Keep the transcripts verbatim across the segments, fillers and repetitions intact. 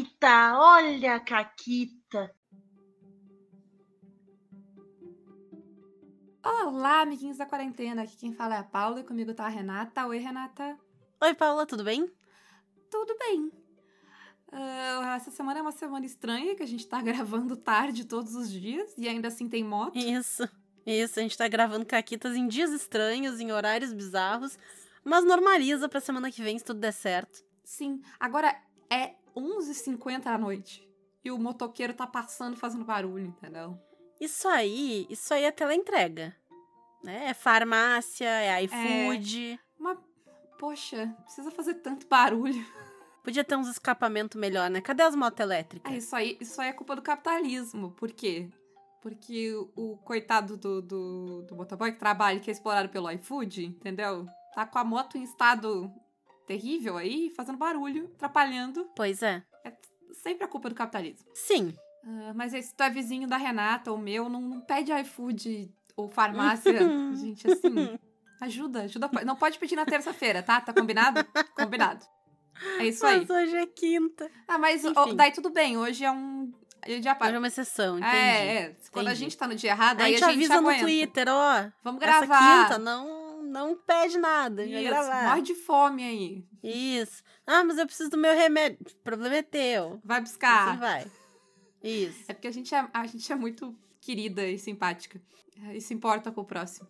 Caquita, olha a Caquita. Olá, amiguinhos da quarentena. Aqui quem fala é a Paula e comigo tá a Renata. Oi, Renata. Oi, Paula, tudo bem? Tudo bem. Uh, essa semana é uma semana estranha, que a gente tá gravando tarde todos os dias e ainda assim tem moto. Isso, isso. A gente tá gravando caquitas em dias estranhos, em horários bizarros, mas normaliza pra semana que vem se tudo der certo. Sim, agora é onze e cinquenta da noite e o motoqueiro tá passando fazendo barulho, entendeu? Isso aí, isso aí é teleentrega, né? É farmácia, é iFood. É, mas, poxa, precisa fazer tanto barulho. Podia ter uns escapamentos melhor, né? Cadê as motos elétricas? É, isso aí, isso aí é culpa do capitalismo. Por quê? Porque o, o coitado do, do, do motoboy que trabalha, que é explorado pelo iFood, entendeu? Tá com a moto em estado terrível aí, fazendo barulho, atrapalhando. Pois é. É sempre a culpa do capitalismo. Sim. Uh, mas aí, se tu é vizinho da Renata ou meu, não, não pede iFood ou farmácia. Gente, assim, ajuda, ajuda. Não pode pedir na terça-feira, tá? Tá combinado? Combinado. É isso aí. Mas hoje é quinta. Ah, mas oh, daí tudo bem, hoje é um... Dia Hoje é uma exceção, entendi. É, é. Quando entendi. a gente tá no dia errado, a aí gente a gente avisa aguenta. no Twitter, ó. Vamos gravar. Essa quinta não, não pede nada, a gente vai Isso, gravar. morre de fome aí. Isso. Ah, mas eu preciso do meu remédio. O problema é teu. Vai buscar. Assim vai. Isso. É porque a gente é, a gente é muito querida e simpática. E se importa com o próximo.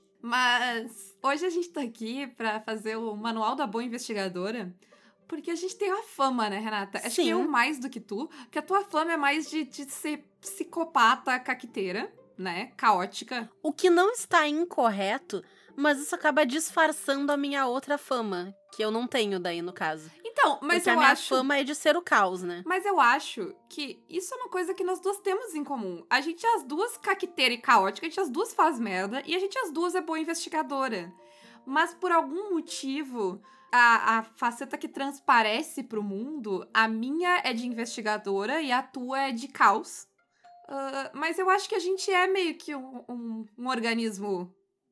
Mas hoje a gente tá aqui pra fazer o Manual da Boa Investigadora. Porque a gente tem uma fama, né, Renata? Acho Sim. que eu mais do que tu. Porque a tua fama é mais de, de ser psicopata caqueteira, né? Caótica. O que não está incorreto, mas isso acaba disfarçando a minha outra fama. Que eu não tenho daí, no caso. Então, mas Porque eu a minha acho... fama é de ser o caos, né? Mas eu acho que isso é uma coisa que nós duas temos em comum. A gente é as duas caqueteira e caótica, a gente as duas faz merda, e a gente as duas é boa investigadora. Mas por algum motivo... A, a faceta que transparece pro mundo, a minha é de investigadora e a tua é de caos. Uh, mas eu acho que a gente é meio que um, um, um organismo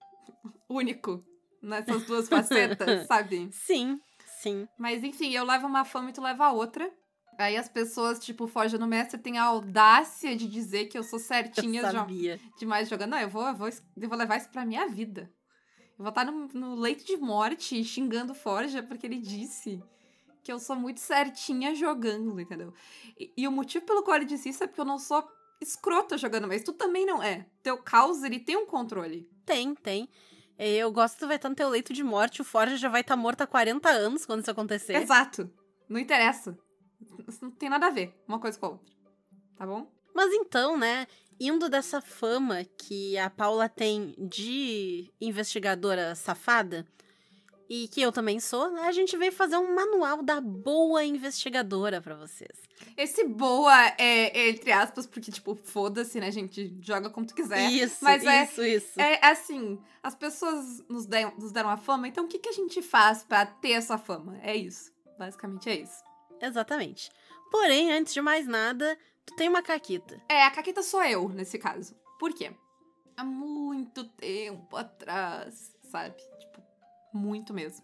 único nessas duas facetas, sabe? Sim, sim. Mas enfim, eu levo uma fama e tu leva a outra. Aí as pessoas, tipo, fogem no mestre, têm a audácia de dizer que eu sou certinha eu sabia. de, demais jogando. Não, eu vou, eu, vou, eu vou levar isso pra minha vida. Eu vou estar no, no leito de morte xingando o Forja porque ele disse que eu sou muito certinha jogando, entendeu? E, e o motivo pelo qual ele disse isso é porque eu não sou escrota jogando, mas tu também não é. Teu caos, ele tem um controle. Tem, tem. Eu gosto que tu vai estar no teu leito de morte, o Forja já vai estar morto há quarenta anos quando isso acontecer. Exato. Não interessa. Isso não tem nada a ver uma coisa com a outra. Tá bom? Mas então, né, indo dessa fama que a Paula tem de investigadora safada, e que eu também sou, né, a gente veio fazer um manual da boa investigadora pra vocês. Esse boa é, é entre aspas, porque, tipo, foda-se, né, gente? Joga como tu quiser. Isso, Mas isso, é, isso. É assim, as pessoas nos deram, nos deram a fama, então o que, que a gente faz pra ter essa fama? É isso. Basicamente é isso. Exatamente. Porém, antes de mais nada, tu tem uma caquita. É, a caquita sou eu, nesse caso. Por quê? Há muito tempo atrás, sabe? Tipo, muito mesmo.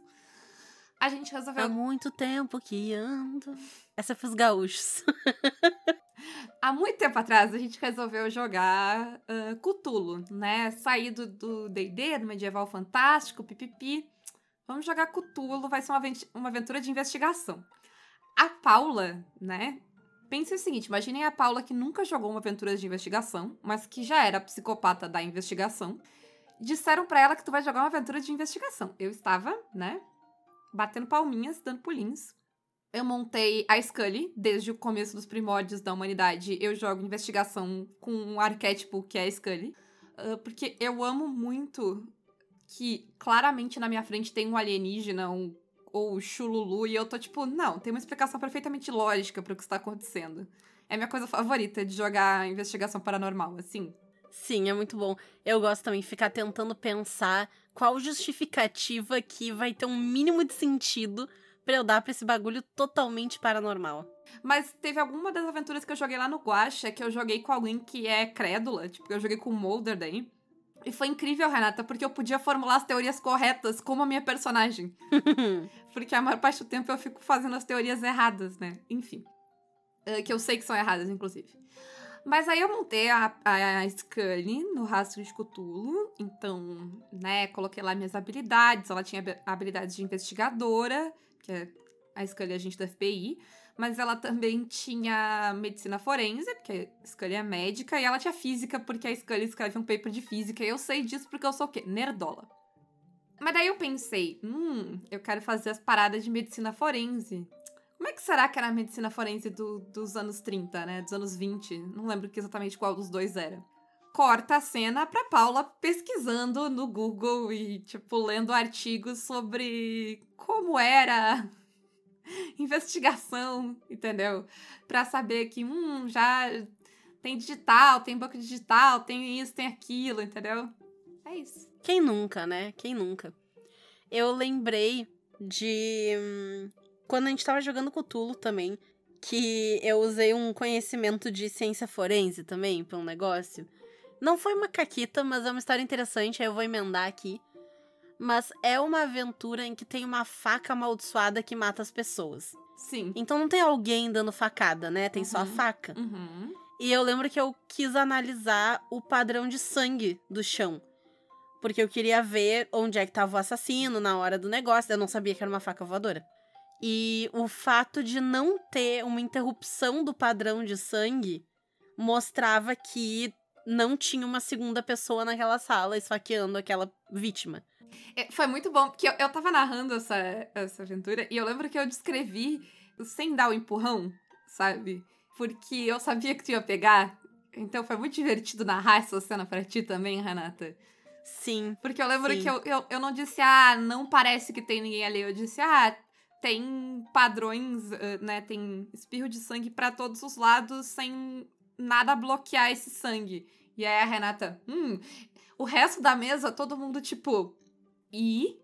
A gente resolveu... Há muito tempo que ando... Essa é pros gaúchos. Há muito tempo atrás, a gente resolveu jogar uh, Cthulhu, né? Sair do D e D, do Medieval Fantástico, pipipi. Vamos jogar Cthulhu, vai ser uma, uma aventura de investigação. A Paula, né? Pense o seguinte, imaginem a Paula que nunca jogou uma aventura de investigação, mas que já era psicopata da investigação. Disseram pra ela que tu vai jogar uma aventura de investigação. Eu estava, né, batendo palminhas, dando pulinhos. Eu montei a Scully, desde o começo dos primórdios da humanidade. Eu jogo investigação com um arquétipo que é a Scully. Uh, porque eu amo muito que claramente na minha frente tem um alienígena, um ou chululu, e eu tô tipo, não, tem uma explicação perfeitamente lógica pro que está acontecendo. É a minha coisa favorita de jogar investigação paranormal, assim. Sim, é muito bom. Eu gosto também de ficar tentando pensar qual justificativa que vai ter um mínimo de sentido pra eu dar pra esse bagulho totalmente paranormal. Mas teve alguma das aventuras que eu joguei lá no Guaxa que eu joguei com alguém que é crédula, tipo, eu joguei com o Mulder daí. E foi incrível, Renata, porque eu podia formular as teorias corretas como a minha personagem. Porque a maior parte do tempo eu fico fazendo as teorias erradas, né? Enfim. uh, que eu sei que são erradas, inclusive. Mas aí eu montei a, a, a Scully no Rastro de Cthulhu, então, né, coloquei lá minhas habilidades, ela tinha habilidades de investigadora, que é a Scully é agente da F B I, mas ela também tinha medicina forense, porque a Scully é médica, e ela tinha física, porque a Scully escreve um paper de física, e eu sei disso porque eu sou o quê? Nerdola. Mas daí eu pensei, hum, eu quero fazer as paradas de medicina forense. Como é que será que era a medicina forense do, dos anos trinta, né? Dos anos vinte? Não lembro exatamente qual dos dois era. Corta a cena pra Paula pesquisando no Google e, tipo, lendo artigos sobre como era investigação, entendeu? Pra saber que, hum, já tem digital, tem banco digital, tem isso, tem aquilo, entendeu? É isso. Quem nunca, né? Quem nunca? Eu lembrei de... Hum, quando a gente tava jogando Cthulhu também, que eu usei um conhecimento de ciência forense também pra um negócio. Não foi uma caquita, mas é uma história interessante, aí eu vou emendar aqui. Mas é uma aventura em que tem uma faca amaldiçoada que mata as pessoas. Sim. Então não tem alguém dando facada, né? Tem uhum. só a faca. Uhum. E eu lembro que eu quis analisar o padrão de sangue do chão. Porque eu queria ver onde é que tava o assassino na hora do negócio. Eu não sabia que era uma faca voadora. E o fato de não ter uma interrupção do padrão de sangue mostrava que não tinha uma segunda pessoa naquela sala esfaqueando aquela vítima. É, foi muito bom, porque eu, eu tava narrando essa, essa aventura e eu lembro que eu descrevi sem dar o empurrão, sabe? Porque eu sabia que tu ia pegar. Então foi muito divertido narrar essa cena pra ti também, Renata. Sim. Porque eu lembro sim. que eu, eu, eu não disse, ah, não parece que tem ninguém ali. Eu disse, ah, tem padrões, né? Tem espirro de sangue pra todos os lados sem nada bloquear esse sangue. E aí a Renata, hum, o resto da mesa, todo mundo tipo, e?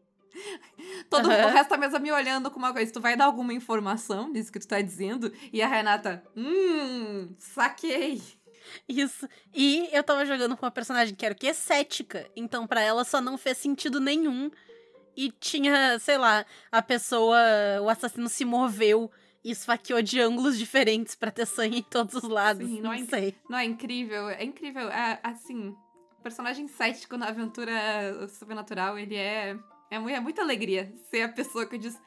Todo uhum. O resto da mesa me olhando com uma coisa, tu vai dar alguma informação disso que tu tá dizendo? E a Renata, hum, saquei. Isso. E eu tava jogando com uma personagem que era o quê? Cética. Então pra ela só não fez sentido nenhum. E tinha, sei lá, a pessoa, o assassino se moveu e esfaqueou de ângulos diferentes pra ter sangue em todos os lados. Sim, não, não, é sei. Não, é incrível. É incrível. É, assim, o personagem cético na aventura sobrenatural, ele é... É, é muita alegria ser a pessoa que diz,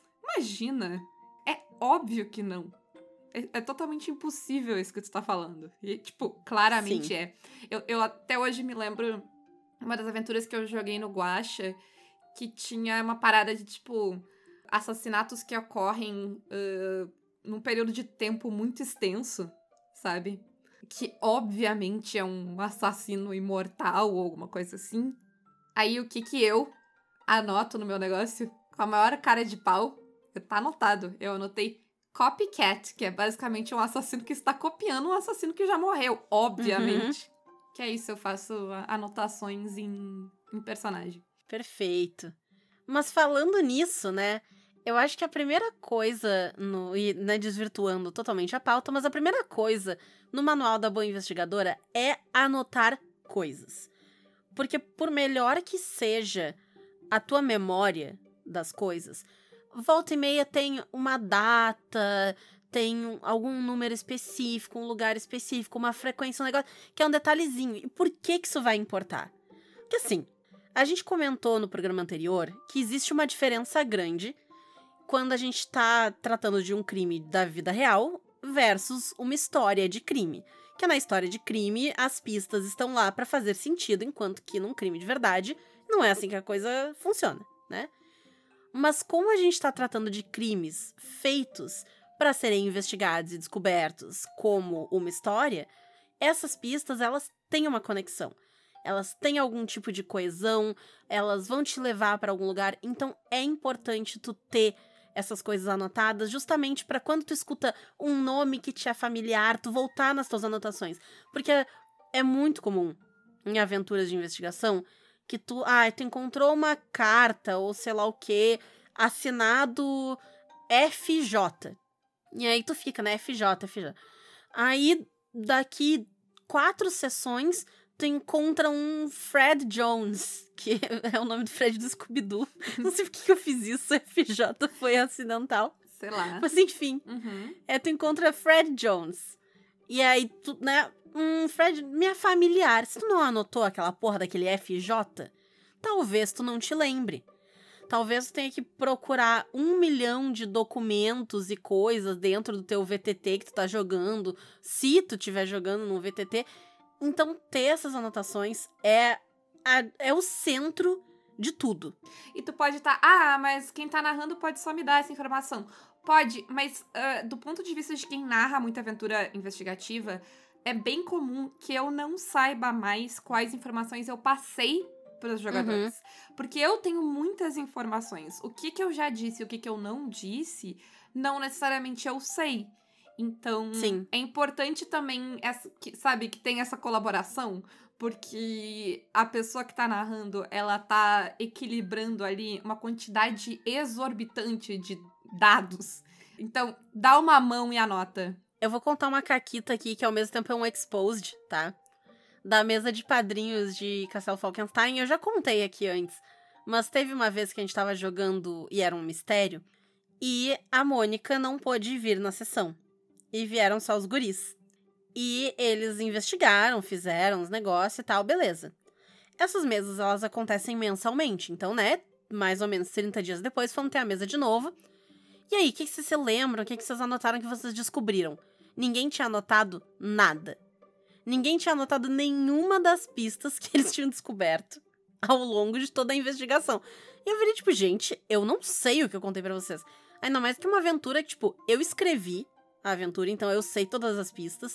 imagina, é óbvio que não. É, é totalmente impossível isso que tu tá falando. E, tipo, claramente Sim. é. Eu, eu até hoje me lembro uma das aventuras que eu joguei no Guaxa, que tinha uma parada de, tipo, assassinatos que ocorrem uh, num período de tempo muito extenso, sabe? Que, obviamente, é um assassino imortal ou alguma coisa assim. Aí, o que que eu anoto no meu negócio? Com a maior cara de pau, tá anotado. Eu anotei copycat, que é basicamente um assassino que está copiando um assassino que já morreu, obviamente. Uhum. Que é isso, eu faço anotações em, em personagem. Perfeito. Mas falando nisso, né, eu acho que a primeira coisa, no, e né, desvirtuando totalmente a pauta, mas a primeira coisa no Manual da Boa Investigadora é anotar coisas. Porque por melhor que seja a tua memória das coisas, volta e meia tem uma data, tem algum número específico, um lugar específico, uma frequência, um negócio, que é um detalhezinho. E por que que isso vai importar? Porque assim, a gente comentou no programa anterior que existe uma diferença grande quando a gente tá tratando de um crime da vida real versus uma história de crime. Que na história de crime, as pistas estão lá pra fazer sentido, enquanto que num crime de verdade, não é assim que a coisa funciona, né? Mas como a gente tá tratando de crimes feitos para serem investigados e descobertos como uma história, essas pistas, elas têm uma conexão. Elas têm algum tipo de coesão, elas vão te levar para algum lugar, então é importante tu ter essas coisas anotadas, justamente para quando tu escuta um nome que te é familiar, tu voltar nas tuas anotações. Porque é muito comum em aventuras de investigação que tu, ah, tu encontrou uma carta ou sei lá o quê, assinado F J. E aí tu fica, né, F J, F J. Aí, daqui quatro sessões, tu encontra um Fred Jones, que é o nome do Fred do Scooby-Doo. Não sei por que eu fiz isso, F J foi acidental. Sei lá. Mas enfim, Uhum. é, tu encontra Fred Jones. E aí, tu, né, um Fred, minha familiar. Se tu não anotou aquela porra daquele F J, talvez tu não te lembre. Talvez tu tenha que procurar um milhão de documentos e coisas dentro do teu V T T que tu tá jogando, se tu estiver jogando no V T T. Então, ter essas anotações é, a, é o centro de tudo. E tu pode estar, tá, ah, mas quem tá narrando pode só me dar essa informação. Pode, mas uh, do ponto de vista de quem narra muita aventura investigativa, é bem comum que eu não saiba mais quais informações eu passei para os jogadores. Uhum. Porque eu tenho muitas informações. O que que eu já disse e o que que eu não disse, não necessariamente eu sei. Então, Sim. é importante também, essa, que, sabe, que tem essa colaboração, porque a pessoa que tá narrando, ela tá equilibrando ali uma quantidade exorbitante de dados. Então, dá uma mão e anota. Eu vou contar uma caquita aqui, que ao mesmo tempo é um exposed, tá? Da mesa de padrinhos de Castelo Falkenstein, eu já contei aqui antes. Mas teve uma vez que a gente tava jogando e era um mistério, e a Mônica não pôde vir na sessão. E vieram só os guris. E eles investigaram, fizeram os negócios e tal, beleza. Essas mesas, elas acontecem mensalmente. Então, né, mais ou menos trinta dias depois, vamos ter a mesa de novo. E aí, o que, que vocês se lembram? O que, que vocês anotaram que vocês descobriram? Ninguém tinha anotado nada. Ninguém tinha anotado nenhuma das pistas que eles tinham descoberto ao longo de toda a investigação. E eu virei, tipo, gente, eu não sei o que eu contei pra vocês. Ainda mais que uma aventura que, tipo, eu escrevi a aventura, então eu sei todas as pistas.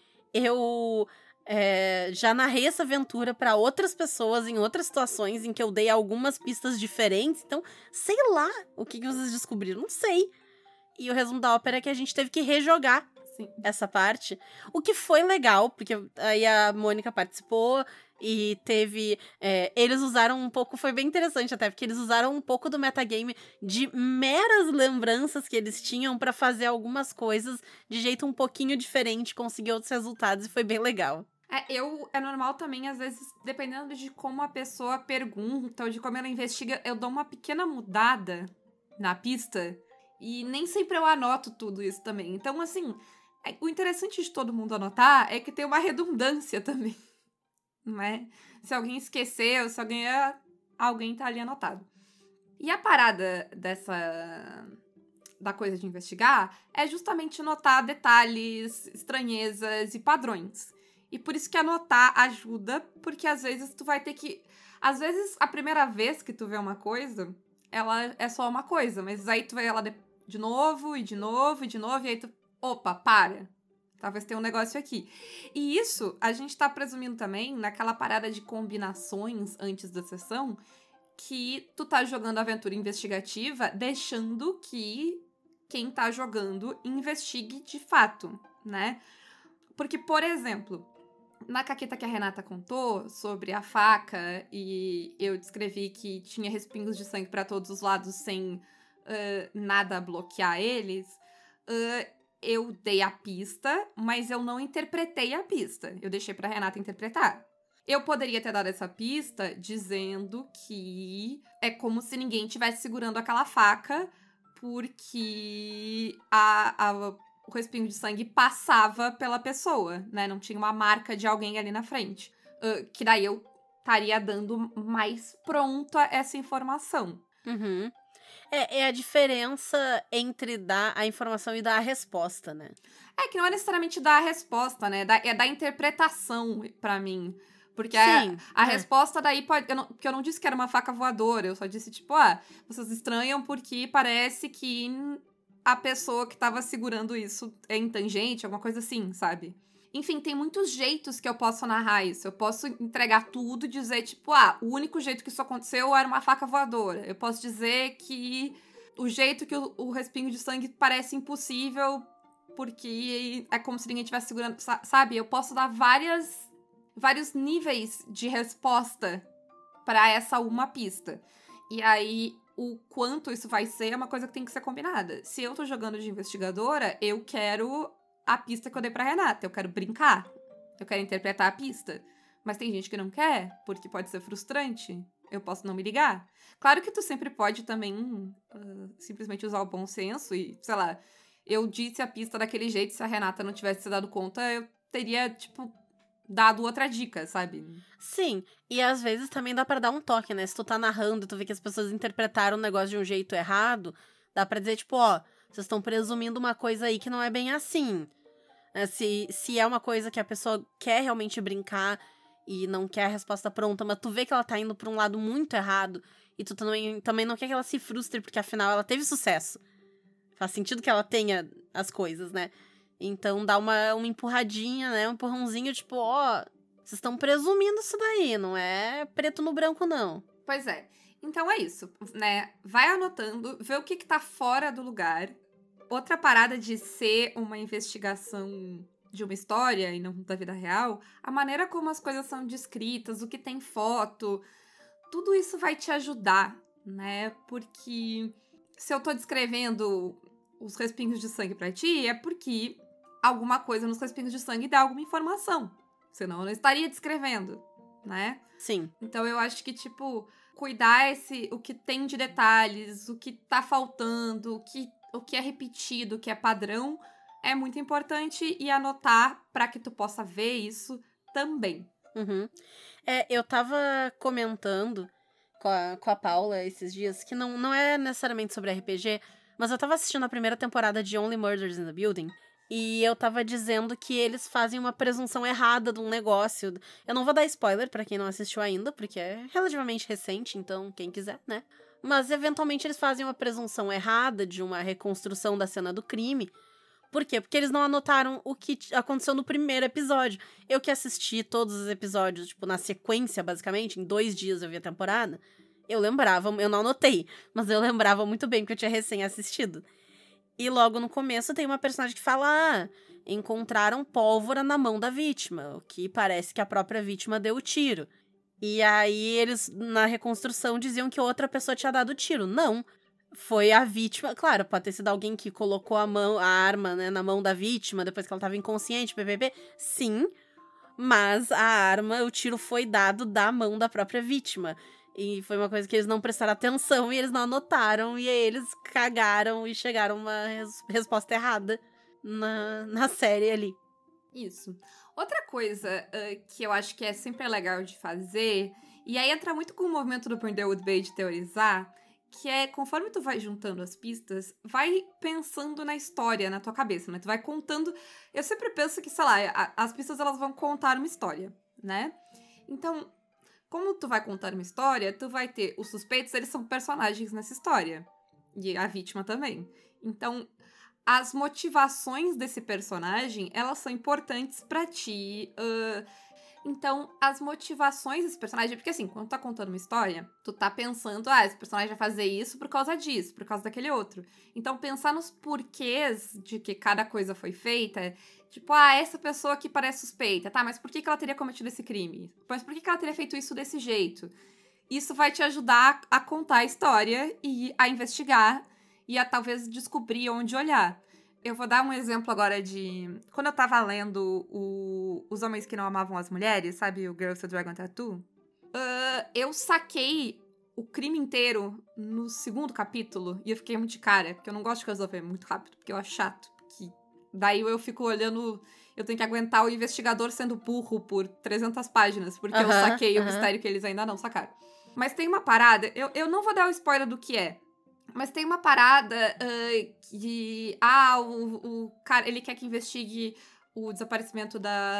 Eu é, já narrei essa aventura pra outras pessoas em outras situações em que eu dei algumas pistas diferentes. Então, sei lá o que, que vocês descobriram, não sei. E o resumo da ópera é que a gente teve que rejogar Sim. essa parte. O que foi legal, porque aí a Mônica participou e teve... É, eles usaram um pouco... Foi bem interessante até, porque eles usaram um pouco do metagame de meras lembranças que eles tinham pra fazer algumas coisas de jeito um pouquinho diferente, conseguir outros resultados, e foi bem legal. É, eu, é normal também, às vezes, dependendo de como a pessoa pergunta ou de como ela investiga, eu dou uma pequena mudada na pista e nem sempre eu anoto tudo isso também. Então, assim, é, o interessante de todo mundo anotar é que tem uma redundância também, não é? Se alguém esqueceu, se alguém... É, alguém tá ali anotado. E a parada dessa... da coisa de investigar é justamente notar detalhes, estranhezas e padrões. E por isso que anotar ajuda, porque às vezes tu vai ter que... Às vezes, a primeira vez que tu vê uma coisa, ela é só uma coisa, mas aí tu vê ela de, de novo, e de novo, e de novo, e aí tu... Opa, para! Talvez tenha um negócio aqui. E isso, a gente tá presumindo também naquela parada de combinações antes da sessão, que tu tá jogando aventura investigativa, deixando que quem tá jogando investigue de fato, né? Porque, por exemplo... Na caqueta que a Renata contou sobre a faca e eu descrevi que tinha respingos de sangue para todos os lados sem uh, nada bloquear eles, uh, eu dei a pista, mas eu não interpretei a pista. Eu deixei pra Renata interpretar. Eu poderia ter dado essa pista dizendo que é como se ninguém estivesse segurando aquela faca porque a... a o respingo de sangue passava pela pessoa, né? Não tinha uma marca de alguém ali na frente. Uh, que daí eu estaria dando mais pronta essa informação. Uhum. É, é a diferença entre dar a informação e dar a resposta, né? É que não é necessariamente dar a resposta, né? É dar interpretação pra mim. Porque Sim, a, a é. resposta daí pode... Eu não, porque eu não disse que era uma faca voadora. Eu só disse, tipo, ah, vocês estranham porque parece que... a pessoa que tava segurando isso é intangente, alguma coisa assim, sabe? Enfim, tem muitos jeitos que eu posso narrar isso. Eu posso entregar tudo e dizer, tipo, ah, o único jeito que isso aconteceu era uma faca voadora. Eu posso dizer que o jeito que o, o respingo de sangue parece impossível porque é como se ninguém estivesse segurando, sabe? Eu posso dar várias, vários níveis de resposta pra essa uma pista. E aí... o quanto isso vai ser é uma coisa que tem que ser combinada. Se eu tô jogando de investigadora, eu quero a pista que eu dei pra Renata. Eu quero brincar. Eu quero interpretar a pista. Mas tem gente que não quer, porque pode ser frustrante. eu posso não me ligar. Claro que tu sempre pode também uh, simplesmente usar o bom senso e, sei lá, eu disse a pista daquele jeito, se a Renata não tivesse se dado conta, eu teria, tipo, dado outra dica, sabe? Sim, e às vezes também dá pra dar um toque, né? Se tu tá narrando e tu vê que as pessoas interpretaram o negócio de um jeito errado, dá pra dizer, tipo, ó, vocês estão presumindo uma coisa aí que não é bem assim. É, se, se é uma coisa que a pessoa quer realmente brincar e não quer a resposta pronta, mas tu vê que ela tá indo pra um lado muito errado e tu também, também não quer que ela se frustre, porque afinal ela teve sucesso. Faz sentido que ela tenha as coisas, né? Então dá uma, uma empurradinha, né? Um empurrãozinho, tipo, ó, vocês estão presumindo isso daí, não é preto no branco, não. Pois é. Então é isso, né? Vai anotando, vê o que que tá fora do lugar. Outra parada de ser uma investigação de uma história e não da vida real, a maneira como as coisas são descritas, o que tem foto, tudo isso vai te ajudar, né? Porque se eu tô descrevendo os respingos de sangue pra ti, é porque alguma coisa nos respingos de sangue dá alguma informação. Senão eu não estaria descrevendo, né? Sim. Então eu acho que, tipo, cuidar esse, o que tem de detalhes, o que tá faltando, o que, o que é repetido, o que é padrão, é muito importante, e anotar pra que tu possa ver isso também. Uhum. É, eu tava comentando com a, com a Paula esses dias, que não, não é necessariamente sobre R P G, mas eu tava assistindo a primeira temporada de Only Murders in the Building, e eu tava dizendo que eles fazem uma presunção errada de um negócio. Eu não vou dar spoiler pra quem não assistiu ainda, porque é relativamente recente, então quem quiser, né? Mas eventualmente eles fazem uma presunção errada de uma reconstrução da cena do crime. Por quê? Porque eles não anotaram o que aconteceu no primeiro episódio. Eu que assisti todos os episódios, tipo, na sequência, basicamente, em dois dias eu vi a temporada, eu lembrava, eu não anotei, mas eu lembrava muito bem que eu tinha recém-assistido. E logo no começo tem uma personagem que fala, ah, encontraram pólvora na mão da vítima, o que parece que a própria vítima deu o tiro. E aí eles, na reconstrução, diziam que outra pessoa tinha dado o tiro. Não. Foi a vítima, claro, pode ter sido alguém que colocou a mão, a arma, né, na mão da vítima depois que ela estava inconsciente, P P P, sim, mas a arma, o tiro foi dado da mão da própria vítima, e foi uma coisa que eles não prestaram atenção e eles não anotaram, e aí eles cagaram e chegaram a uma res- resposta errada na, na série ali. Isso. Outra coisa uh, que eu acho que é sempre legal de fazer, e aí entra muito com o movimento do Brindlewood Bay de teorizar, que é, conforme tu vai juntando as pistas, vai pensando na história na tua cabeça, né? Tu vai contando... Eu sempre penso que, sei lá, a, as pistas elas vão contar uma história, né? Então, como tu vai contar uma história, tu vai ter os suspeitos, eles são personagens nessa história. E a vítima também. Então, as motivações desse personagem, elas são importantes pra ti... Uh, Então, as motivações desse personagem... Porque, assim, quando tu tá contando uma história, tu tá pensando, ah, esse personagem vai fazer isso por causa disso, por causa daquele outro. Então, pensar nos porquês de que cada coisa foi feita... Tipo, ah, essa pessoa aqui parece suspeita. Tá, mas por que que ela teria cometido esse crime? Mas por que que ela teria feito isso desse jeito? Isso vai te ajudar a contar a história e a investigar e a, talvez, descobrir onde olhar. Eu vou dar um exemplo agora de... Quando eu tava lendo o... Os Homens que Não Amavam as Mulheres, sabe? O Girls with Dragon Tattoo. Uh, eu saquei o crime inteiro no segundo capítulo. E eu fiquei muito de cara, porque eu não gosto de resolver muito rápido, porque eu acho chato. Porque daí eu fico olhando... Eu tenho que aguentar o investigador sendo burro por trezentas páginas, porque uh-huh, eu saquei uh-huh. o mistério que eles ainda não sacaram. Mas tem uma parada... Eu, eu não vou dar o spoiler do que é. Mas tem uma parada uh, que... Ah, o, o cara, ele quer que investigue o desaparecimento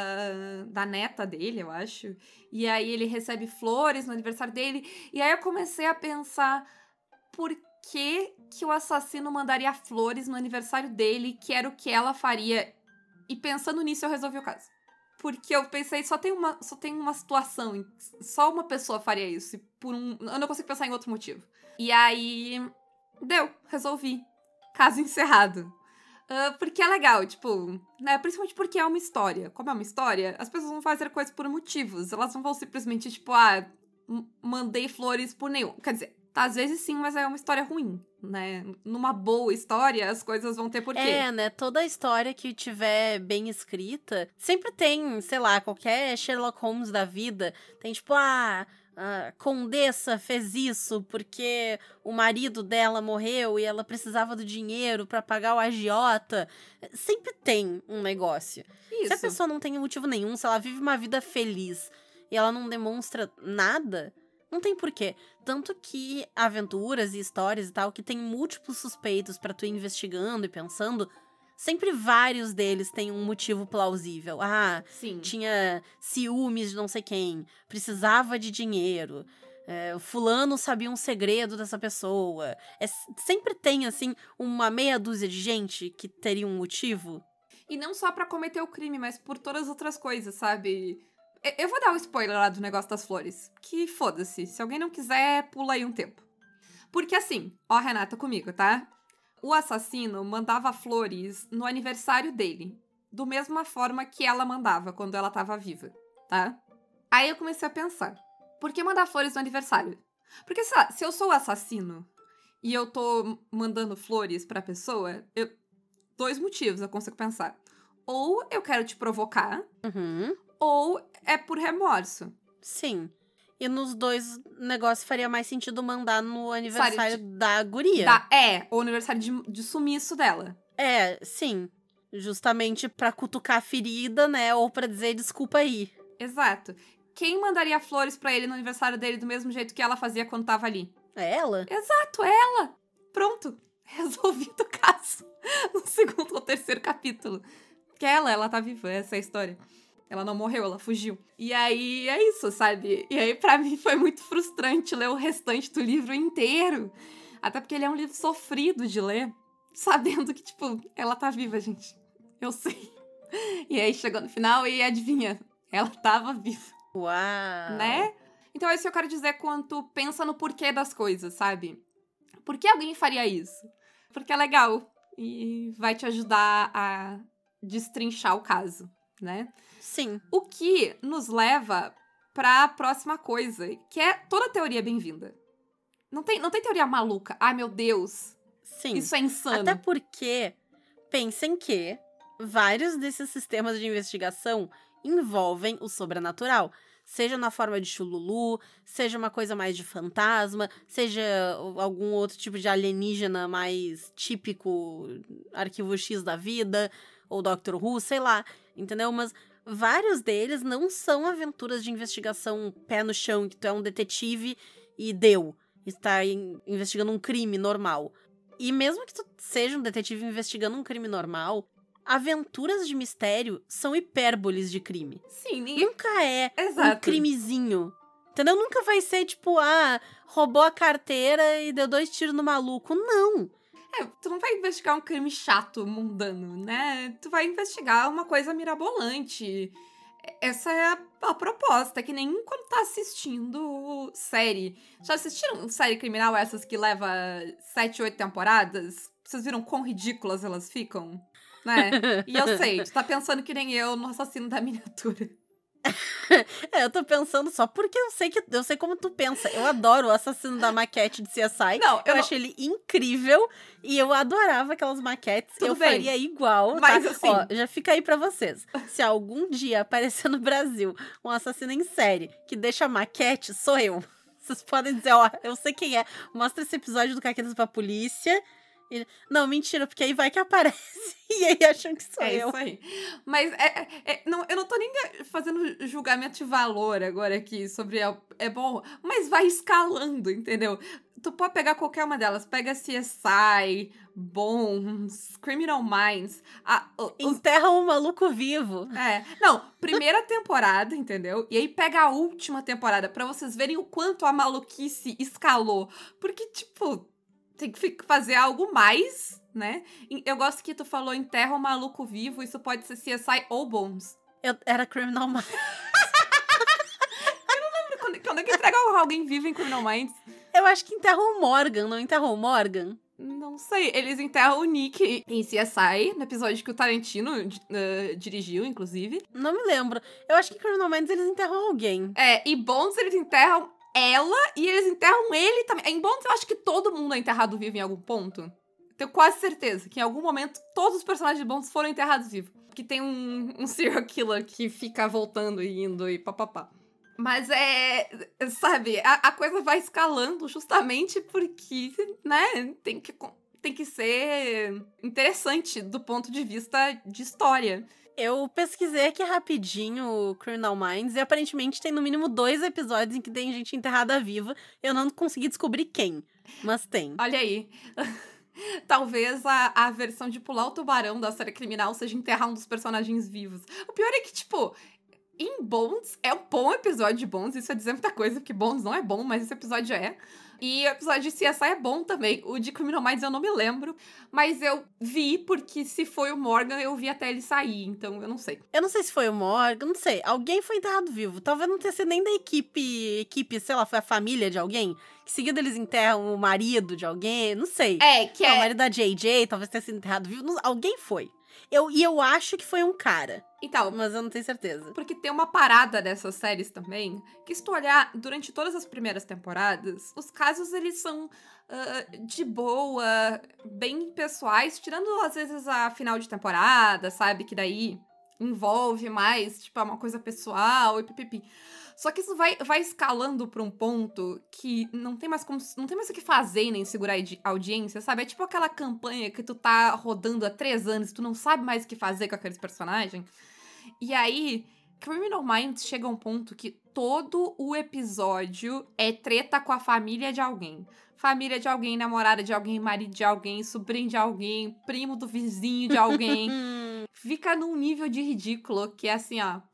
da, da neta dele, eu acho. E aí ele recebe flores no aniversário dele. E aí eu comecei a pensar... Por que que o assassino mandaria flores no aniversário dele, que era o que ela faria? E pensando nisso, eu resolvi o caso. Porque eu pensei, só tem uma, só tem uma situação, só uma pessoa faria isso. E por um, eu não consigo pensar em outro motivo. E aí... Deu, resolvi. Caso encerrado. Uh, porque é legal, tipo, né? Principalmente porque é uma história. Como é uma história, as pessoas vão fazer coisas por motivos. Elas não vão simplesmente, tipo, ah, mandei flores por nenhum. Quer dizer, às vezes sim, mas é uma história ruim, né? Numa boa história, as coisas vão ter porquê. É, né? Toda história que tiver bem escrita, sempre tem, sei lá, qualquer Sherlock Holmes da vida, tem tipo, ah, a condessa fez isso porque o marido dela morreu e ela precisava do dinheiro pra pagar o agiota. Sempre tem um negócio. Isso. Se a pessoa não tem motivo nenhum, se ela vive uma vida feliz e ela não demonstra nada, não tem porquê. Tanto que aventuras e histórias e tal, que tem múltiplos suspeitos pra tu ir investigando e pensando, sempre vários deles têm um motivo plausível. Ah, Sim. tinha ciúmes de não sei quem, precisava de dinheiro, é, o fulano sabia um segredo dessa pessoa. É, sempre tem, assim, uma meia dúzia de gente que teria um motivo. E não só pra cometer o crime, mas por todas as outras coisas, sabe? Eu vou dar um spoiler lá do negócio das flores. Que foda-se. Se alguém não quiser, pula aí um tempo. Porque assim, ó, Renata, comigo, tá? O assassino mandava flores no aniversário dele. Do mesma forma que ela mandava quando ela tava viva, tá? Aí eu comecei a pensar. Por que mandar flores no aniversário? Porque, sei lá, se eu sou o assassino e eu tô mandando flores pra pessoa, eu... dois motivos eu consigo pensar. Ou eu quero te provocar, Uhum. ou é por remorso. Sim. E nos dois, o negócio faria mais sentido mandar no aniversário Aniversário da guria. Da, é, o aniversário de, de sumiço dela. É, sim. Justamente pra cutucar a ferida, né? Ou pra dizer desculpa aí. Exato. Quem mandaria flores pra ele no aniversário dele do mesmo jeito que ela fazia quando tava ali? É ela? Exato, ela! Pronto. Resolvido o caso. No segundo ou terceiro capítulo. Que ela, ela tá viva, essa é a história. Ela não morreu, ela fugiu. E aí, é isso, sabe? E aí, pra mim, foi muito frustrante ler o restante do livro inteiro. Até porque ele é um livro sofrido de ler. Sabendo que, tipo, ela tá viva, gente. Eu sei. E aí, chegou no final e adivinha? Ela tava viva. Uau! Né? Então, é isso que eu quero dizer quando tu pensa no porquê das coisas, sabe? Por que alguém faria isso? Porque é legal. E vai te ajudar a destrinchar o caso, né? Sim. O que nos leva pra próxima coisa, que é toda teoria bem-vinda. Não tem, não tem teoria maluca. Ai, meu Deus. Sim. Isso é insano. Até porque, pensem que vários desses sistemas de investigação envolvem o sobrenatural. Seja na forma de chululu, seja uma coisa mais de fantasma, seja algum outro tipo de alienígena mais típico, Arquivo X da vida, ou Doctor Who, sei lá, entendeu? Mas vários deles não são aventuras de investigação pé no chão, que tu é um detetive e deu. Está in- investigando um crime normal. E mesmo que tu seja um detetive investigando um crime normal, aventuras de mistério são hipérboles de crime. Sim, ninguém... Nunca é Exato. um crimezinho. Entendeu? Nunca vai ser tipo, ah, roubou a carteira e deu dois tiros no maluco. Não. É, tu não vai investigar um crime chato, mundano, né? Tu vai investigar uma coisa mirabolante. Essa é a, a proposta, é que nem quando tá assistindo série. Já assistiram série criminal, essas que leva sete, oito temporadas? Vocês viram quão ridículas elas ficam? Né? E eu sei, tu tá pensando que nem eu no Assassino da Miniatura. É, eu tô pensando só porque eu sei que eu sei como tu pensa. Eu adoro o Assassino da Maquete de C S I. Não, eu eu não... acho ele incrível e eu adorava aquelas maquetes. Tudo eu bem. faria igual, Mas tá? assim... Ó, já fica aí pra vocês. Se algum dia aparecer no Brasil um assassino em série que deixa maquete, sou eu. Vocês podem dizer, ó, eu sei quem é. Mostra esse episódio do Caquetas pra polícia. E... Não, mentira, porque aí vai que aparece. E aí acham que sou é eu. É isso aí. Mas é, é, não, eu não tô nem fazendo julgamento de valor agora aqui sobre é, é bom, mas vai escalando, entendeu? Tu pode pegar qualquer uma delas. Pega C S I, Bones, Criminal Minds. A, os... Enterra um maluco vivo. É. Não, primeira temporada, entendeu? E aí pega a última temporada pra vocês verem o quanto a maluquice escalou. Porque, tipo... tem que fazer algo mais, né? Eu gosto que tu falou enterra um maluco vivo, isso pode ser C S I ou Bones. Eu era Criminal Minds. Eu não lembro quando, quando é que entrega alguém vivo em Criminal Minds. Eu acho que enterrou o Morgan, não enterrou o Morgan? Não sei, eles enterram o Nick em C S I, no episódio que o Tarantino uh, dirigiu, inclusive. Não me lembro. Eu acho que em Criminal Minds eles enterram alguém. É, e Bones eles enterram ela e eles enterram ele também. Em Bones eu acho que todo mundo é enterrado vivo em algum ponto. Tenho quase certeza que em algum momento todos os personagens de Bones foram enterrados vivos. Que tem um, um serial killer que fica voltando e indo e papapá. Mas é, sabe, a, a coisa vai escalando justamente porque, né, tem que, tem que ser interessante do ponto de vista de história. Eu pesquisei aqui rapidinho o Criminal Minds e aparentemente tem no mínimo dois episódios em que tem gente enterrada viva. Eu não consegui descobrir quem, mas tem. Olha aí. Talvez a, a versão de pular o tubarão da série criminal seja enterrar um dos personagens vivos. O pior é que, tipo, em Bones, é um bom episódio de Bones. Isso é dizer muita coisa, porque Bones não é bom, mas esse episódio é. E o episódio de C S I é bom também. O de Criminal Minds eu não me lembro. Mas eu vi, porque se foi o Morgan, eu vi até ele sair. Então, eu não sei. Eu não sei se foi o Morgan, não sei. Alguém foi enterrado vivo. Talvez não tenha sido nem da equipe, equipe, sei lá, foi a família de alguém. Que seguida eles enterram o marido de alguém, não sei. É, que não, é... o marido da J J, talvez tenha sido enterrado vivo. Não, alguém foi. Eu, e eu acho que foi um cara. Então, mas eu não tenho certeza. Porque tem uma parada dessas séries também, que se tu olhar durante todas as primeiras temporadas, os casos eles são uh, de boa, bem pessoais, tirando às vezes a final de temporada, sabe? Que daí envolve mais, tipo, é uma coisa pessoal e pipipi. Só que isso vai, vai escalando pra um ponto que não tem mais como, não tem mais o que fazer nem segurar a audiência, sabe? É tipo aquela campanha que tu tá rodando há três anos e tu não sabe mais o que fazer com aqueles personagens. E aí, Criminal Minds chega a um ponto que todo o episódio é treta com a família de alguém. Família de alguém, namorada de alguém, marido de alguém, sobrinho de alguém, primo do vizinho de alguém. Fica num nível de ridículo que é assim, ó...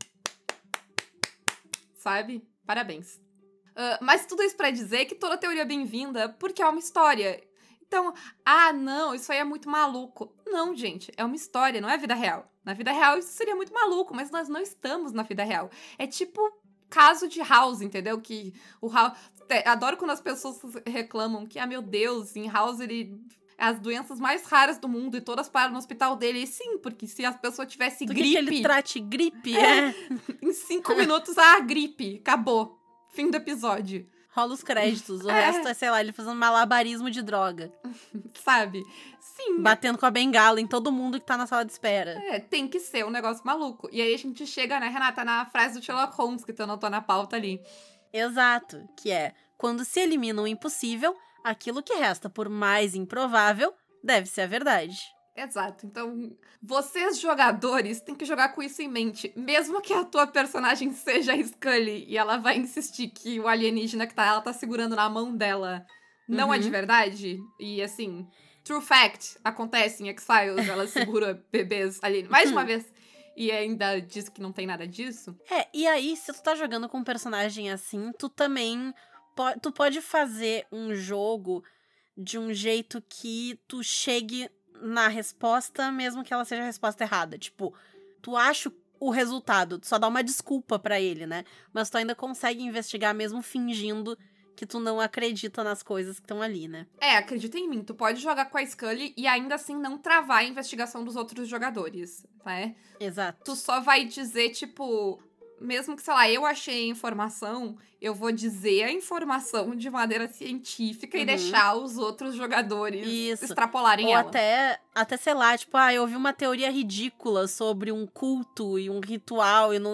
Sabe? Parabéns. Uh, mas tudo isso pra dizer que toda teoria é bem-vinda porque é uma história. Então, ah, não, isso aí é muito maluco. Não, gente, é uma história, não é vida real. Na vida real isso seria muito maluco, mas nós não estamos na vida real. É tipo caso de House, entendeu? Que o House... Adoro quando as pessoas reclamam que, ah, meu Deus, em House ele... as doenças mais raras do mundo e todas param no hospital dele. E sim, porque se as pessoas tivessem tu gripe... Que ele trate gripe, é. é. Em cinco minutos, ah, gripe. Acabou. Fim do episódio. Rola os créditos. O é. resto é, sei lá, ele fazendo malabarismo de droga. Sabe? Sim. Batendo com a bengala em todo mundo que tá na sala de espera. É, tem que ser um negócio maluco. E aí a gente chega, né, Renata, na frase do Sherlock Holmes, que tu anotou na pauta ali. Exato. Que é, quando se elimina o impossível, aquilo que resta por mais improvável deve ser a verdade. Exato. Então, vocês jogadores têm que jogar com isso em mente. Mesmo que a tua personagem seja a Scully e ela vai insistir que o alienígena que tá, ela tá segurando na mão dela não uhum. é de verdade. E assim, true fact, acontece em X-Files, ela segura bebês alienígenas. Mais de uma vez. E ainda diz que não tem nada disso. É, e aí, se tu tá jogando com um personagem assim, tu também... Po- tu pode fazer um jogo de um jeito que tu chegue na resposta, mesmo que ela seja a resposta errada. Tipo, tu acha o resultado, tu só dá uma desculpa pra ele, né? Mas tu ainda consegue investigar mesmo fingindo que tu não acredita nas coisas que estão ali, né? É, acredita em mim, tu pode jogar com a Scully e ainda assim não travar a investigação dos outros jogadores, né? Exato. Tu só vai dizer, tipo... Mesmo que, sei lá, eu achei a informação, eu vou dizer a informação de maneira científica uhum. e deixar os outros jogadores Isso. extrapolarem Ou ela. Ou até, até, sei lá, tipo, ah, eu ouvi uma teoria ridícula sobre um culto e um ritual e não...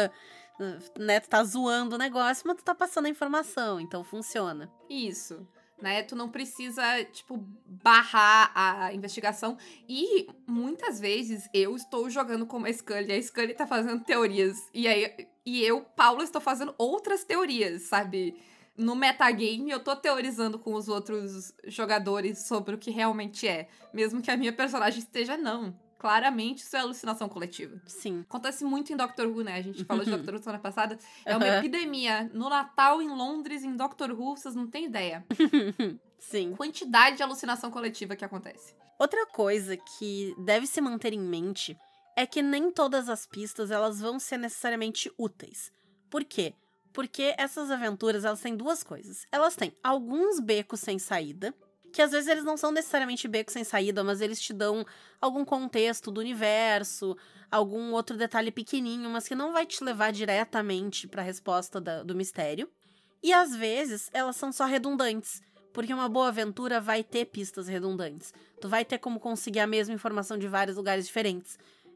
né, tu tá zoando o negócio, mas tu tá passando a informação, então funciona. Isso. Né? Tu não precisa, tipo, barrar a investigação. E, muitas vezes, eu estou jogando como a Scully, a Scully tá fazendo teorias. E aí, e eu, Paula, estou fazendo outras teorias, sabe? No metagame, eu tô teorizando com os outros jogadores sobre o que realmente é. Mesmo que a minha personagem esteja não. Claramente, isso é alucinação coletiva. Sim. Acontece muito em Doctor Who, né? A gente falou de Doctor Who semana passada. É uma uhum. epidemia. No Natal, em Londres, em Doctor Who, vocês não têm ideia. Sim. Quantidade de alucinação coletiva que acontece. Outra coisa que deve se manter em mente é que nem todas as pistas elas vão ser necessariamente úteis. Por quê? Porque essas aventuras, elas têm duas coisas. Elas têm alguns becos sem saída, que às vezes eles não são necessariamente becos sem saída, mas eles te dão algum contexto do universo, algum outro detalhe pequenininho, mas que não vai te levar diretamente para a resposta da, do mistério. E às vezes elas são só redundantes, porque uma boa aventura vai ter pistas redundantes. Tu vai ter como conseguir a mesma informação de vários lugares diferentes.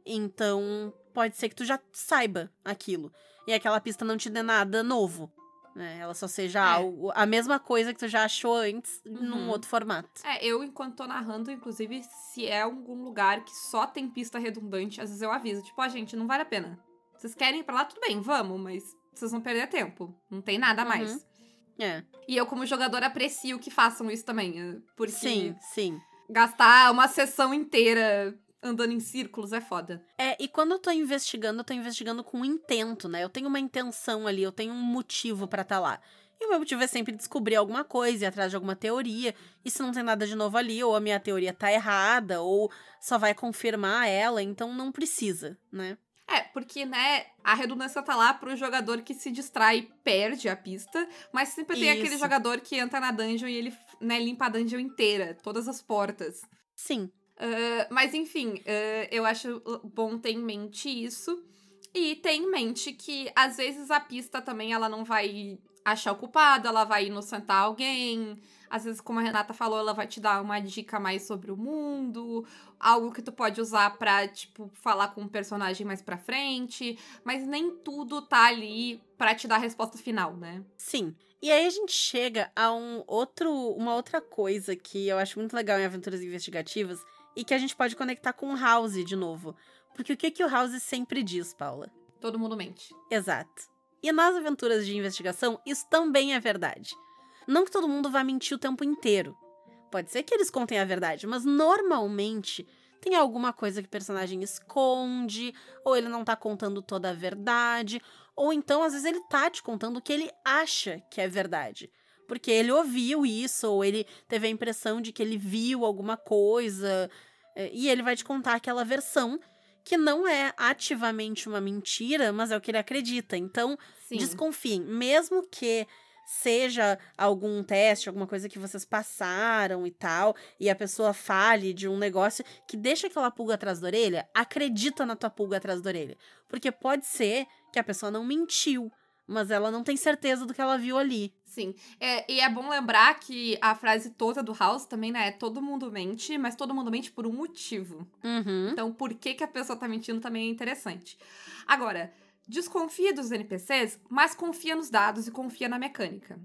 Então, pode ser que tu já saiba aquilo. E aquela pista não te dê nada novo. Né? Ela só seja É. algo, a mesma coisa que tu já achou antes, Uhum. num outro formato. É, eu, enquanto tô narrando, inclusive, se é algum lugar que só tem pista redundante, às vezes eu aviso. Tipo, ó, gente, não vale a pena. Vocês querem ir pra lá? Tudo bem, vamos, mas vocês vão perder tempo. Não tem nada a mais. Uhum. É. E eu, como jogador, aprecio que façam isso também. Porque Sim, sim. gastar uma sessão inteira andando em círculos é foda. É, e quando eu tô investigando, eu tô investigando com intento, né? Eu tenho uma intenção ali, eu tenho um motivo pra tá lá. E o meu motivo é sempre descobrir alguma coisa, ir atrás de alguma teoria. E se não tem nada de novo ali, ou a minha teoria tá errada, ou só vai confirmar ela, então não precisa, né? É, porque, né, a redundância tá lá pro jogador que se distrai e perde a pista, mas sempre tem Isso. aquele jogador que entra na dungeon e ele, né, limpa a dungeon inteira, todas as portas. Sim. Uh, mas, enfim, uh, eu acho bom ter em mente isso. E ter em mente que, às vezes, a pista também, ela não vai achar o culpado, ela vai inocentar alguém. Às vezes, como a Renata falou, ela vai te dar uma dica mais sobre o mundo, algo que tu pode usar pra, tipo, falar com um personagem mais pra frente. Mas nem tudo tá ali pra te dar a resposta final, né? Sim. E aí a gente chega a um outro, uma outra coisa que eu acho muito legal em aventuras investigativas e que a gente pode conectar com o House de novo. Porque o que, que o House sempre diz, Paula? Todo mundo mente. Exato. E nas aventuras de investigação, isso também é verdade. Não que todo mundo vá mentir o tempo inteiro. Pode ser que eles contem a verdade, mas normalmente tem alguma coisa que o personagem esconde, ou ele não tá contando toda a verdade, ou então, às vezes, ele tá te contando o que ele acha que é verdade. Porque ele ouviu isso, ou ele teve a impressão de que ele viu alguma coisa, e ele vai te contar aquela versão que não é ativamente uma mentira, mas é o que ele acredita. Então, Sim. desconfiem. Mesmo que seja algum teste, alguma coisa que vocês passaram e tal, e a pessoa fale de um negócio que deixa aquela pulga atrás da orelha, acredita na tua pulga atrás da orelha. Porque pode ser que a pessoa não mentiu, mas ela não tem certeza do que ela viu ali. Sim. É, e é bom lembrar que a frase toda do House também, né? É todo mundo mente, mas todo mundo mente por um motivo. Uhum. Então, por que, que a pessoa tá mentindo também é interessante. Agora, desconfia dos N P Cs, mas confia nos dados e confia na mecânica.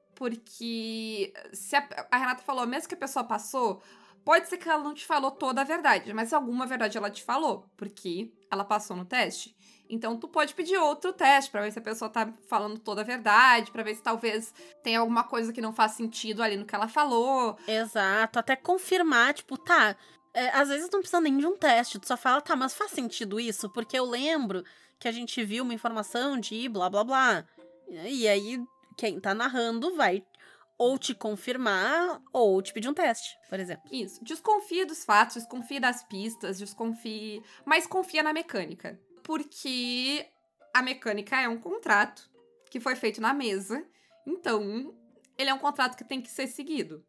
Porque se a, a Renata falou, mesmo que a pessoa passou, pode ser que ela não te falou toda a verdade, mas alguma verdade ela te falou, porque ela passou no teste. Então, tu pode pedir outro teste pra ver se a pessoa tá falando toda a verdade, pra ver se talvez tem alguma coisa que não faz sentido ali no que ela falou. Exato, até confirmar, tipo, tá, é, às vezes não precisa nem de um teste, tu só fala, tá, mas faz sentido isso? Porque eu lembro que a gente viu uma informação de blá, blá, blá. E aí, quem tá narrando vai ou te confirmar ou te pedir um teste, por exemplo. Isso. Desconfia dos fatos, desconfia das pistas, desconfie... Mas confia na mecânica. Porque a mecânica é um contrato que foi feito na mesa. Então, ele é um contrato que tem que ser seguido,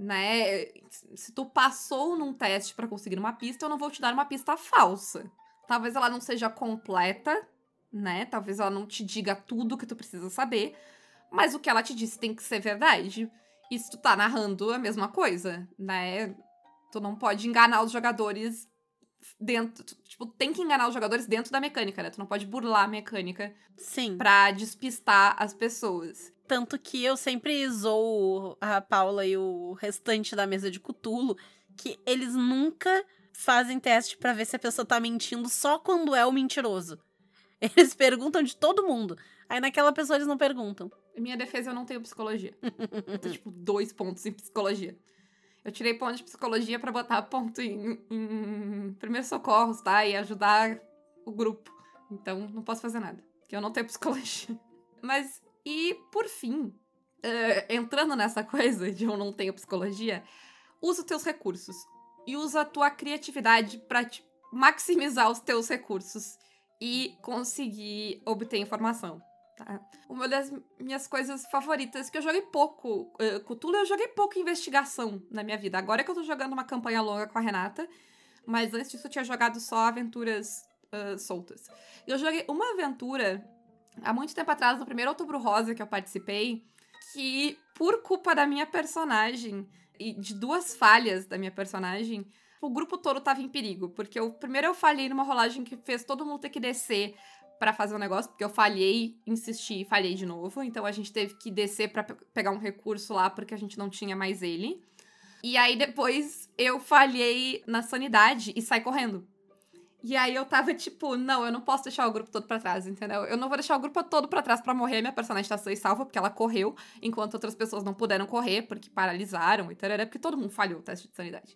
né? Se tu passou num teste pra conseguir uma pista, eu não vou te dar uma pista falsa. Talvez ela não seja completa, né? Talvez ela não te diga tudo que tu precisa saber. Mas o que ela te disse tem que ser verdade. E se tu tá narrando a mesma coisa, né? Tu não pode enganar os jogadores dentro... Tipo, tem que enganar os jogadores dentro da mecânica, né? Tu não pode burlar a mecânica. Sim. Pra despistar as pessoas. Tanto que eu sempre zoo a Paula e o restante da mesa de Cthulhu, que eles nunca fazem teste pra ver se a pessoa tá mentindo só quando é o mentiroso. Eles perguntam de todo mundo. Aí naquela pessoa eles não perguntam. Em minha defesa, eu não tenho psicologia. Eu tenho, tipo, dois pontos em psicologia. Eu tirei ponto de psicologia pra botar ponto em, em primeiros socorros, tá? E ajudar o grupo. Então, não posso fazer nada. Porque eu não tenho psicologia. Mas, e por fim, uh, entrando nessa coisa de eu não tenho psicologia, usa os teus recursos. E usa a tua criatividade pra te maximizar os teus recursos. E conseguir obter informação. Tá? Uma das minhas coisas favoritas, que eu joguei pouco uh, Cthulhu, eu joguei pouco investigação na minha vida. Agora é que eu tô jogando uma campanha longa com a Renata, mas antes disso eu tinha jogado só aventuras uh, soltas. Eu joguei uma aventura há muito tempo atrás, no primeiro Outubro Rosa que eu participei, que por culpa da minha personagem e de duas falhas da minha personagem, tipo, o grupo todo tava em perigo. Porque eu, primeiro eu falhei numa rolagem que fez todo mundo ter que descer pra fazer o negócio, porque eu falhei, insisti e falhei de novo. Então a gente teve que descer pra pe- pegar um recurso lá, porque a gente não tinha mais ele. E aí depois eu falhei na sanidade e saí correndo. E aí eu tava tipo, não, eu não posso deixar o grupo todo pra trás, entendeu? Eu não vou deixar o grupo todo pra trás pra morrer, minha personagem tá sã e salva, porque ela correu, enquanto outras pessoas não puderam correr, porque paralisaram e tal, porque todo mundo falhou o teste de sanidade.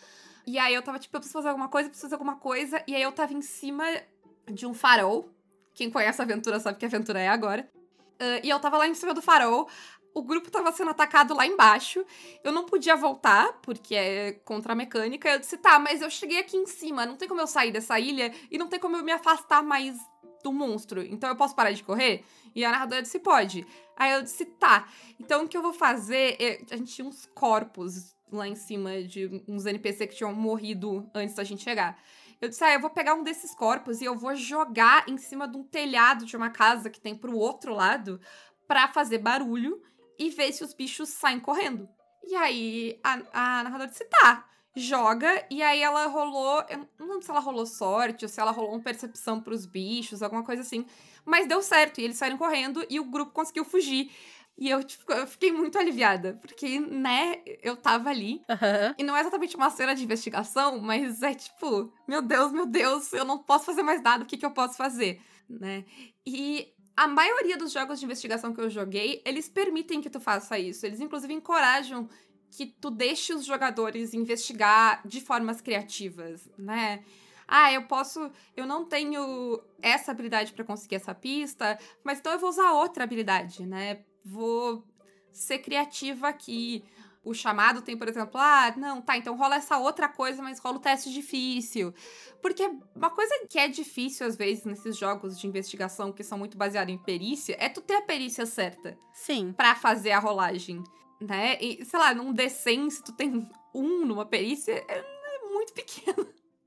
E aí eu tava tipo, eu preciso fazer alguma coisa, eu preciso fazer alguma coisa, e aí eu tava em cima de um farol. Quem conhece a aventura sabe que a aventura é agora. Uh, e eu tava lá em cima do farol, o grupo tava sendo atacado lá embaixo, eu não podia voltar, porque é contra a mecânica, eu disse, tá, mas eu cheguei aqui em cima, não tem como eu sair dessa ilha, e não tem como eu me afastar mais do monstro, então eu posso parar de correr? E a narradora disse, pode. Aí eu disse, tá, então o que eu vou fazer, é... a gente tinha uns corpos lá em cima de uns N P C que tinham morrido antes da gente chegar. Eu disse, ah, eu vou pegar um desses corpos e eu vou jogar em cima de um telhado de uma casa que tem pro outro lado pra fazer barulho e ver se os bichos saem correndo. E aí a, a narradora disse, tá, joga. E aí ela rolou, eu não lembro se ela rolou sorte ou se ela rolou uma percepção pros bichos, alguma coisa assim. Mas deu certo, e eles saíram correndo e o grupo conseguiu fugir. E eu, tipo, eu fiquei muito aliviada, porque, né, eu tava ali. Aham. E não é exatamente uma cena de investigação, mas é tipo, meu Deus, meu Deus, eu não posso fazer mais nada, o que que eu posso fazer, né? E a maioria dos jogos de investigação que eu joguei, eles permitem que tu faça isso. Eles, inclusive, encorajam que tu deixe os jogadores investigar de formas criativas, né? Ah, eu posso... Eu não tenho essa habilidade pra conseguir essa pista, mas então eu vou usar outra habilidade, né? Vou ser criativa aqui. O chamado tem, por exemplo, ah, não, tá, então rola essa outra coisa, mas rola o teste difícil. Porque uma coisa que é difícil, às vezes, nesses jogos de investigação que são muito baseados em perícia, é tu ter a perícia certa Sim. pra fazer a rolagem, né? E, sei lá, num D cem, se tu tem um numa perícia, é, é muito pequena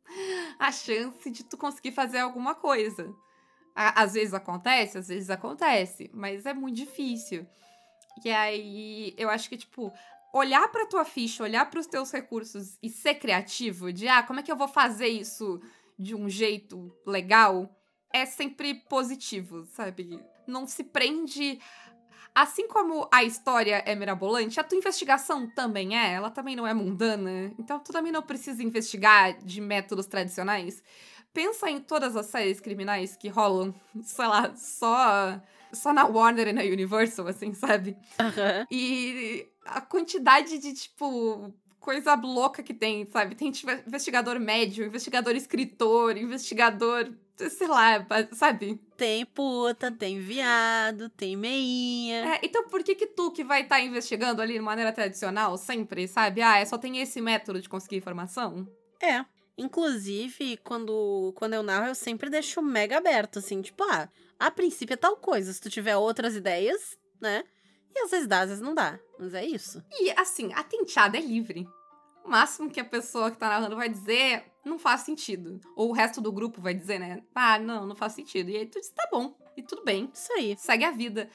a chance de tu conseguir fazer alguma coisa. À- Às vezes acontece, às vezes acontece, mas é muito difícil. E aí, eu acho que, tipo, olhar pra tua ficha, olhar pros teus recursos e ser criativo, de, ah, como é que eu vou fazer isso de um jeito legal, é sempre positivo, sabe? Não se prende... Assim como a história é mirabolante, a tua investigação também é, ela também não é mundana, então tu também não precisa investigar de métodos tradicionais. Pensa em todas as séries criminais que rolam, sei lá, só, só na Warner e na Universal, assim, sabe? Aham. E a quantidade de, tipo, coisa louca que tem, sabe? Tem tipo, investigador médio, investigador escritor, investigador, sei lá, sabe? Tem puta, tem viado, tem meinha. É, então por que que tu que vai estar investigando ali de maneira tradicional sempre, sabe? Ah, é, só tem esse método de conseguir informação? É. Inclusive, quando, quando eu narro, eu sempre deixo mega aberto, assim, tipo, ah, a princípio é tal coisa. Se tu tiver outras ideias, né? E às vezes dá, às vezes não dá. Mas é isso. E, assim, a tenteada é livre. O máximo que a pessoa que tá narrando vai dizer não faz sentido. Ou o resto do grupo vai dizer, né? Ah, não, não faz sentido. E aí tu diz, tá bom, e tudo bem. Isso aí. Segue a vida.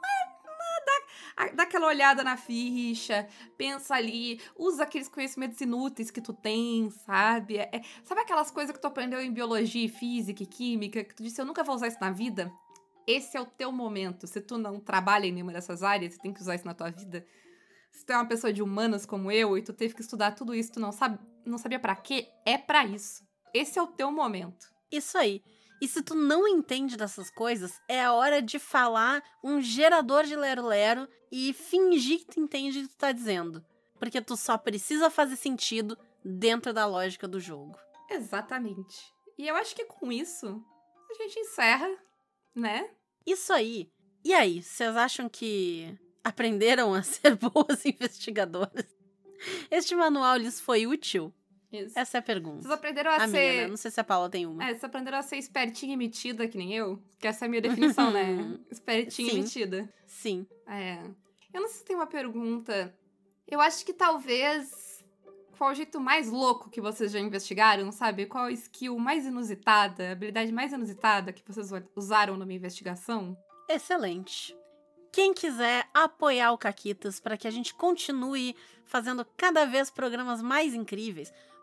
Mas dá, dá aquela olhada na ficha, pensa ali, usa aqueles conhecimentos inúteis que tu tem, sabe? É, é- sabe aquelas coisas que tu aprendeu em biologia, física e química, que tu disse, eu nunca vou usar isso na vida? Esse é o teu momento. Se tu não trabalha em nenhuma dessas áreas, você tem que usar isso na tua vida. Se tu é uma pessoa de humanas como eu e tu teve que estudar tudo isso, tu não, sabe, não sabia pra quê, é pra isso. Esse é o teu momento. Isso aí. E se tu não entende dessas coisas, é a hora de falar um gerador de lero-lero e fingir que tu entende o que tu tá dizendo. Porque tu só precisa fazer sentido dentro da lógica do jogo. Exatamente. E eu acho que com isso, a gente encerra, né? Isso aí. E aí, vocês acham que aprenderam a ser boas investigadoras? Este manual lhes foi útil? Isso. Essa é a pergunta. Vocês aprenderam a, A minha, ser... né? Não sei se a Paula tem uma. É, vocês aprenderam a ser espertinha e metida, que nem eu? Que essa é a minha definição, né? Espertinha Sim. e metida. Sim. É. Eu não sei se tem uma pergunta. Eu acho que talvez... Qual o jeito mais louco que vocês já investigaram, sabe? Qual a skill mais inusitada, a habilidade mais inusitada que vocês usaram numa investigação? Excelente. Quem quiser apoiar o Caquitas para que a gente continue fazendo cada vez programas mais incríveis,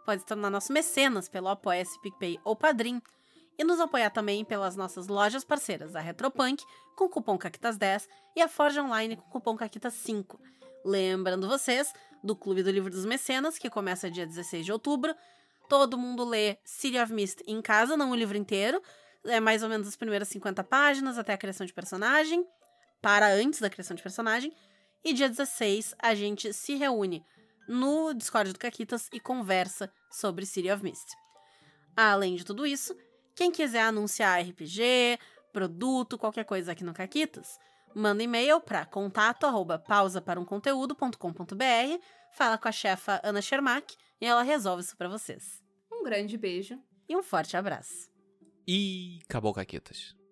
pode se tornar nosso mecenas pelo Apoia-se, PicPay ou Padrim, e nos apoiar também pelas nossas lojas parceiras, a Retropunk, com o cupom Caquitas dez, e a Forge Online com o cupom Caquitas cinco. Lembrando vocês do Clube do Livro dos Mecenas, que começa dia dezesseis de outubro. Todo mundo lê City of Mist em casa, não o livro inteiro. É mais ou menos as primeiras cinquenta páginas até a criação de personagem, para antes da criação de personagem. E dia dezesseis a gente se reúne no Discord do Caquitas e conversa sobre City of Mist. Além de tudo isso, quem quiser anunciar R P G, produto, qualquer coisa aqui no Caquitas, manda e-mail para contato arroba pausa para um conteúdo ponto com ponto b r, fala com a chefa Ana Schermack e ela resolve isso para vocês. Um grande beijo. E um forte abraço. E acabou, Caquitas.